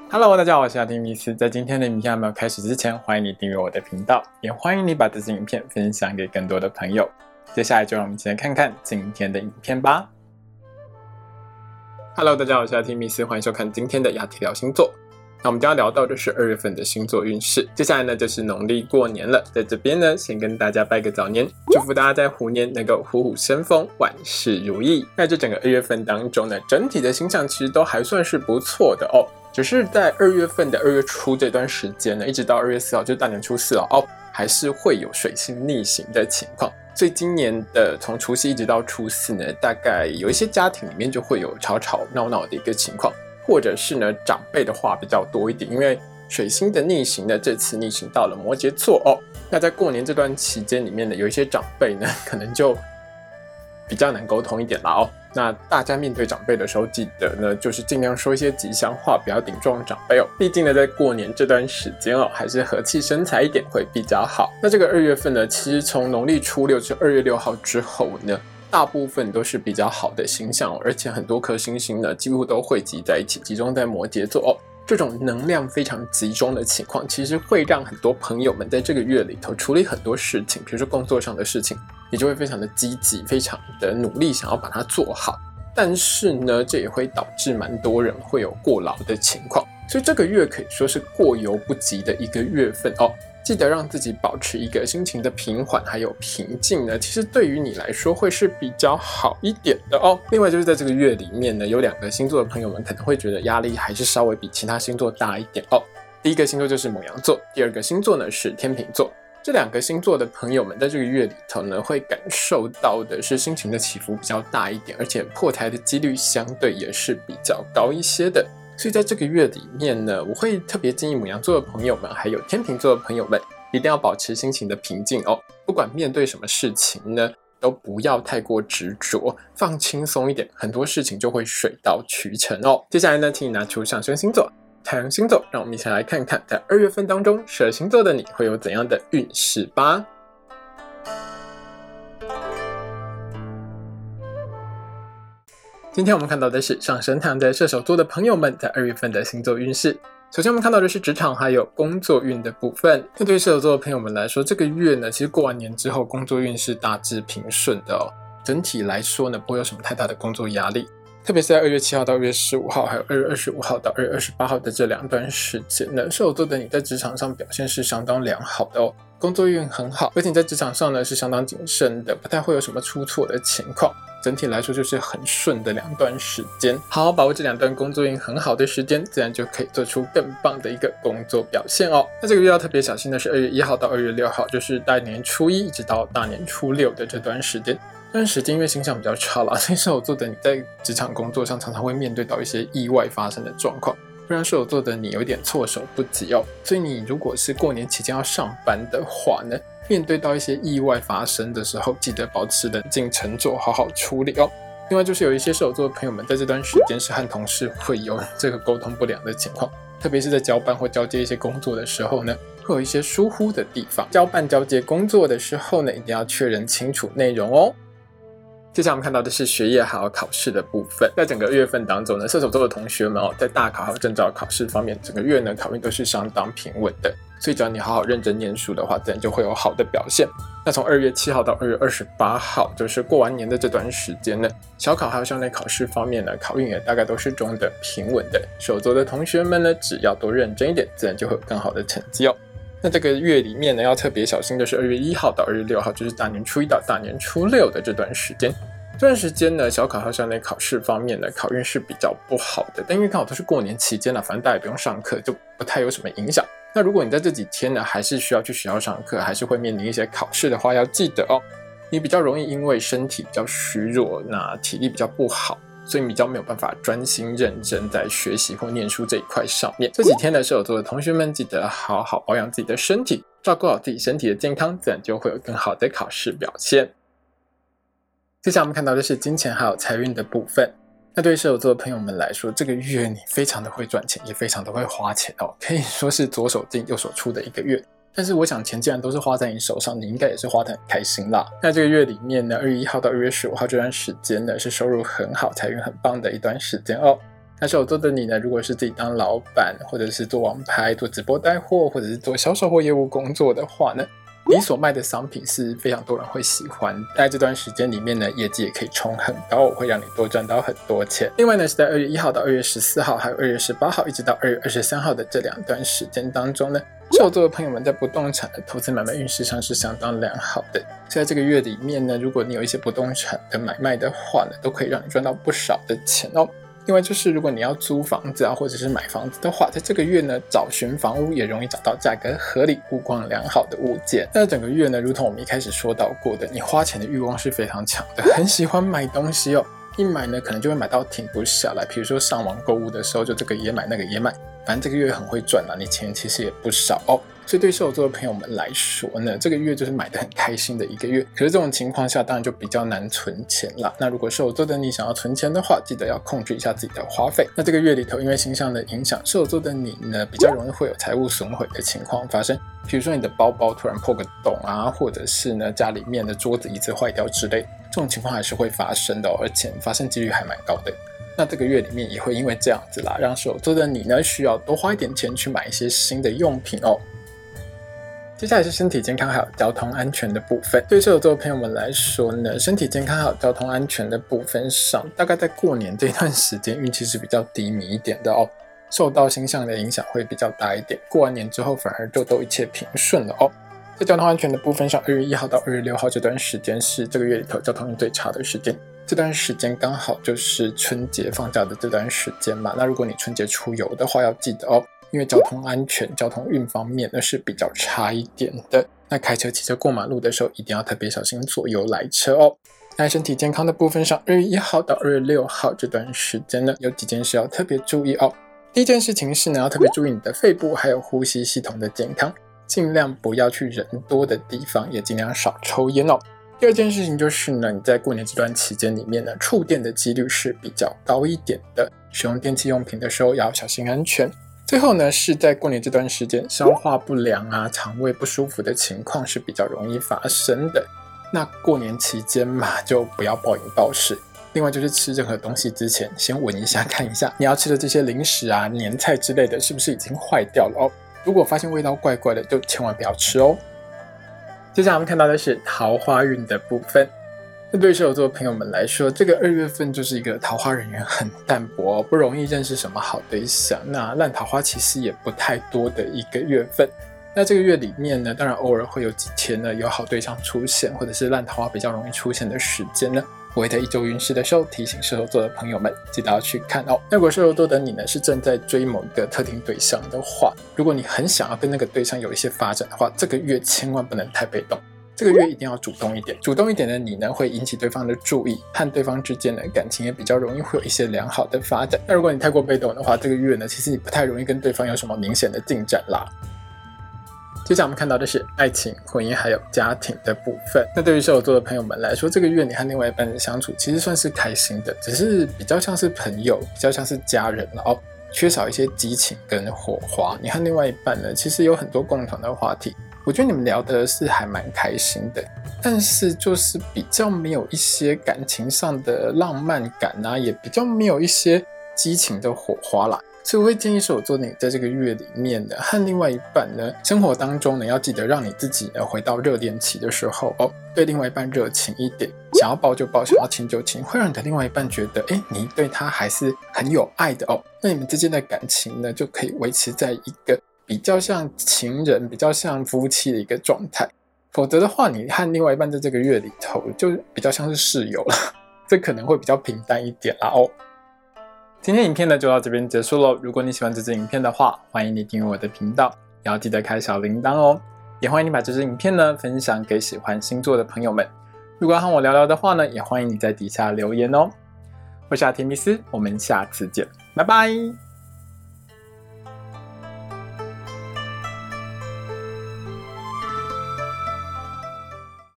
Hello， 大家好，我是阿丁米斯。在今天的影片还没有开始之前，欢迎你订阅我的频道，也欢迎你把这支影片分享给更多的朋友。接下来就让我们一起来看看今天的影片吧。Hello， 大家好，我是阿丁米斯，欢迎收看今天的雅体聊星座。那我们将要聊到的是2月份的星座运势。接下来呢，就是农历过年了，在这边呢，先跟大家拜个早年，祝福大家在虎年能够虎虎生风，万事如意。在这整个2月份当中呢，整体的星象其实都还算是不错的哦。只是在2月份的2月初这段时间呢，一直到2月4号，就是大年初4哦，还是会有水星逆行的情况。所以今年的从除夕一直到初4呢，大概有一些家庭里面就会有吵吵闹闹的一个情况，或者是呢长辈的话比较多一点，因为水星的逆行呢，这次逆行到了摩羯座哦。那在过年这段期间里面呢，有一些长辈呢，可能就比较难沟通一点啦哦。那大家面对长辈的时候，记得呢，就是尽量说一些吉祥话，不要顶撞长辈哦。毕竟呢，在过年这段时间哦，还是和气生财一点会比较好。那这个2月份呢，其实从农历初6至2月6号之后呢，大部分都是比较好的星象哦，而且很多颗星星呢，几乎都汇集在一起，集中在摩羯座哦。这种能量非常集中的情况，其实会让很多朋友们在这个月里头处理很多事情，比如说工作上的事情，你就会非常的积极，非常的努力，想要把它做好。但是呢，这也会导致蛮多人会有过劳的情况，所以这个月可以说是过犹不及的一个月份哦。记得让自己保持一个心情的平缓还有平静呢，其实对于你来说会是比较好一点的哦。另外就是在这个月里面呢，有2个星座的朋友们可能会觉得压力还是稍微比其他星座大一点哦。第一个星座就是牡羊座，第2个星座呢是天秤座。这2个星座的朋友们在这个月里头呢，会感受到的是心情的起伏比较大一点，而且破台的几率相对也是比较高一些的。所以在这个月里面呢，我会特别建议牡羊座的朋友们还有天秤座的朋友们一定要保持心情的平静哦。不管面对什么事情呢，都不要太过执着，放轻松一点，很多事情就会水到渠成哦。接下来呢，请你拿出上升星座、太阳星座，让我们一起来看看在2月份当中12星座的你会有怎样的运势吧。今天我们看到的是上升太阳在射手座的朋友们在2月份的星座运势。首先我们看到的是职场还有工作运的部分。那对于射手座的朋友们来说，这个月呢，其实过完年之后工作运是大致平顺的哦。整体来说呢，不会有什么太大的工作压力。特别是在2月7号到2月15号，还有2月25号到2月28号的这2段时间呢，射手座的你在职场上表现是相当良好的哦，工作运很好，而且你在职场上呢是相当谨慎的，不太会有什么出错的情况。整体来说就是很顺的2段时间，好好把握这2段工作运很好的时间，自然就可以做出更棒的一个工作表现哦。那这个月要特别小心的是2月1号到2月6号，就是大年初1一直到大年初6的这段时间。这段时间因为星象比较差啦，所以射手座的你在职场工作上常常会面对到一些意外发生的状况，会让射手座的你有点措手不及哦。所以你如果是过年期间要上班的话呢，面对到一些意外发生的时候，记得保持冷静沉着，好好处理哦。另外就是有一些射手座的朋友们在这段时间是和同事会有这个沟通不良的情况，特别是在交办或交接一些工作的时候呢，会有一些疏忽的地方。交办交接工作的时候呢，一定要确认清楚内容哦。接下来我们看到的是学业还有考试的部分。在整个2月份当中呢，射手座的同学们在大考还有证照考试方面，整个月呢考运都是相当平稳的，所以只要你好好认真念书的话，自然就会有好的表现。那从2月7号到2月28号，就是过完年的这段时间呢，小考还有校内考试方面呢，考运也大概都是中等平稳的。射手座的同学们呢，只要多认真一点，自然就会有更好的成绩哦。那这个月里面呢，要特别小心的是2月1号到2月6号，就是大年初1到大年初6的这段时间。这段时间呢，小考和校内考试方面呢，考运是比较不好的，但因为刚好都是过年期间了，反正大家也不用上课，就不太有什么影响。那如果你在这几天呢，还是需要去学校上课，还是会面临一些考试的话，要记得哦，你比较容易因为身体比较虚弱，那体力比较不好，所以比较没有办法专心认真在学习或念书这一块上面。这几天的射手座的同学们，记得好好保养自己的身体，照顾好自己身体的健康，自然就会有更好的考试表现。接下来我们看到的是金钱还有财运的部分。那对于射手座的朋友们来说，这个月你非常的会赚钱，也非常的会花钱哦，可以说是左手进右手出的一个月。但是我想钱既然都是花在你手上，你应该也是花得很开心啦。那这个月里面呢，2月1号到2月15号这段时间呢，是收入很好、财运很棒的一段时间哦。 那射手座的你呢，如果是自己当老板，或者是做网拍、做直播带货，或者是做销售或业务工作的话呢，你所卖的商品是非常多人会喜欢，在这段时间里面呢，业绩也可以冲很高，会让你多赚到很多钱。另外呢，是在2月1号到2月14号，还有2月18号一直到2月23号的这2段时间当中呢，射手座的朋友们在不动产的投资买卖运势上是相当良好的。在这个月里面呢，如果你有一些不动产的买卖的话呢，都可以让你赚到不少的钱哦。另外就是如果你要租房子啊，或者是买房子的话，在这个月呢，找寻房屋也容易找到价格合理、曝光良好的物件。那整个月呢，如同我们一开始说到过的，你花钱的欲望是非常强的，很喜欢买东西哦。一买呢，可能就会买到停不下来。比如说上网购物的时候，就这个也买，那个也买，反正这个月很会赚啦，你钱其实也不少哦。所以对射手座的朋友们来说呢，这个月就是买得很开心的一个月。可是这种情况下，当然就比较难存钱啦。那如果射手座的你想要存钱的话，记得要控制一下自己的花费。那这个月里头，因为星象的影响，射手座的你呢，比较容易会有财务损毁的情况发生。比如说你的包包突然破个洞啊，或者是呢家里面的桌子椅子坏掉之类，这种情况还是会发生的哦，而且发生几率还蛮高的。那这个月里面也会因为这样子啦，让射手座的你呢需要多花一点钱去买一些新的用品哦。接下来是身体健康还有交通安全的部分。对射手座的朋友们来说呢，身体健康还有交通安全的部分上，大概在过年这段时间运气是比较低迷一点的哦，受到星象的影响会比较大一点。过完年之后反而就都一切平顺了哦。在交通安全的部分上，2月1号到2月6号这段时间是这个月里头交通运最差的时间。这段时间刚好就是春节放假的这段时间嘛，那如果你春节出游的话要记得哦，因为交通安全、交通运方面呢是比较差一点的。那开车、骑车过马路的时候一定要特别小心左右来车哦。在身体健康的部分上，2月1号到2月6号这段时间呢，有几件事要特别注意哦。第一件事情是呢，要特别注意你的肺部还有呼吸系统的健康，尽量不要去人多的地方，也尽量少抽烟哦。第二件事情就是呢，你在过年这段期间里面呢，触电的几率是比较高一点的，使用电器用品的时候要小心安全。最后呢，是在过年这段时间，消化不良啊、肠胃不舒服的情况是比较容易发生的。那过年期间嘛，就不要暴饮暴食。另外就是吃任何东西之前，先闻一下看一下，你要吃的这些零食啊、年菜之类的，是不是已经坏掉了哦？如果发现味道怪怪的，就千万不要吃哦。接下来我们看到的是桃花运的部分。那对射手座的朋友们来说，这个2月份就是一个桃花人缘很淡薄哦，不容易认识什么好对象，那烂桃花其实也不太多的一个月份。那这个月里面呢，当然偶尔会有几天呢有好对象出现，或者是烂桃花比较容易出现的时间呢，我会在1周运势的时候提醒射手座的朋友们记得要去看哦。那如果射手座的你呢是正在追某一个特定对象的话，如果你很想要跟那个对象有一些发展的话，这个月千万不能太被动，这个月一定要主动一点。主动一点的你呢，会引起对方的注意，和对方之间的感情也比较容易会有一些良好的发展。那如果你太过被动的话，这个月呢，其实你不太容易跟对方有什么明显的进展啦。接下来我们看到的是爱情、婚姻还有家庭的部分。那对于射手座的朋友们来说，这个月你和另外一半的相处其实算是开心的，只是比较像是朋友，比较像是家人了哦，缺少一些激情跟火花。你和另外一半呢，其实有很多共同的话题，我觉得你们聊的是还蛮开心的，但是就是比较没有一些感情上的浪漫感啊，也比较没有一些激情的火花啦。所以我会建议射手座你在这个月里面呢，和另外一半呢，生活当中呢，要记得让你自己呢回到热恋期的时候哦，对另外一半热情一点，想要抱就抱，想要亲就亲，会让你的另外一半觉得，你对他还是很有爱的哦。那你们之间的感情呢，就可以维持在一个比较像情人、比较像夫妻的一个状态。否则的话，你和另外一半在这个月里头就比较像是室友了，这可能会比较平淡一点啦哦。今天影片呢就到这边结束了。如果你喜欢这支影片的话，欢迎你订阅我的频道，也要记得开小铃铛哦。也欢迎你把这支影片呢分享给喜欢星座的朋友们。如果要和我聊聊的话呢，也欢迎你在底下留言哦。我是阿提密斯，我们下次见，拜拜。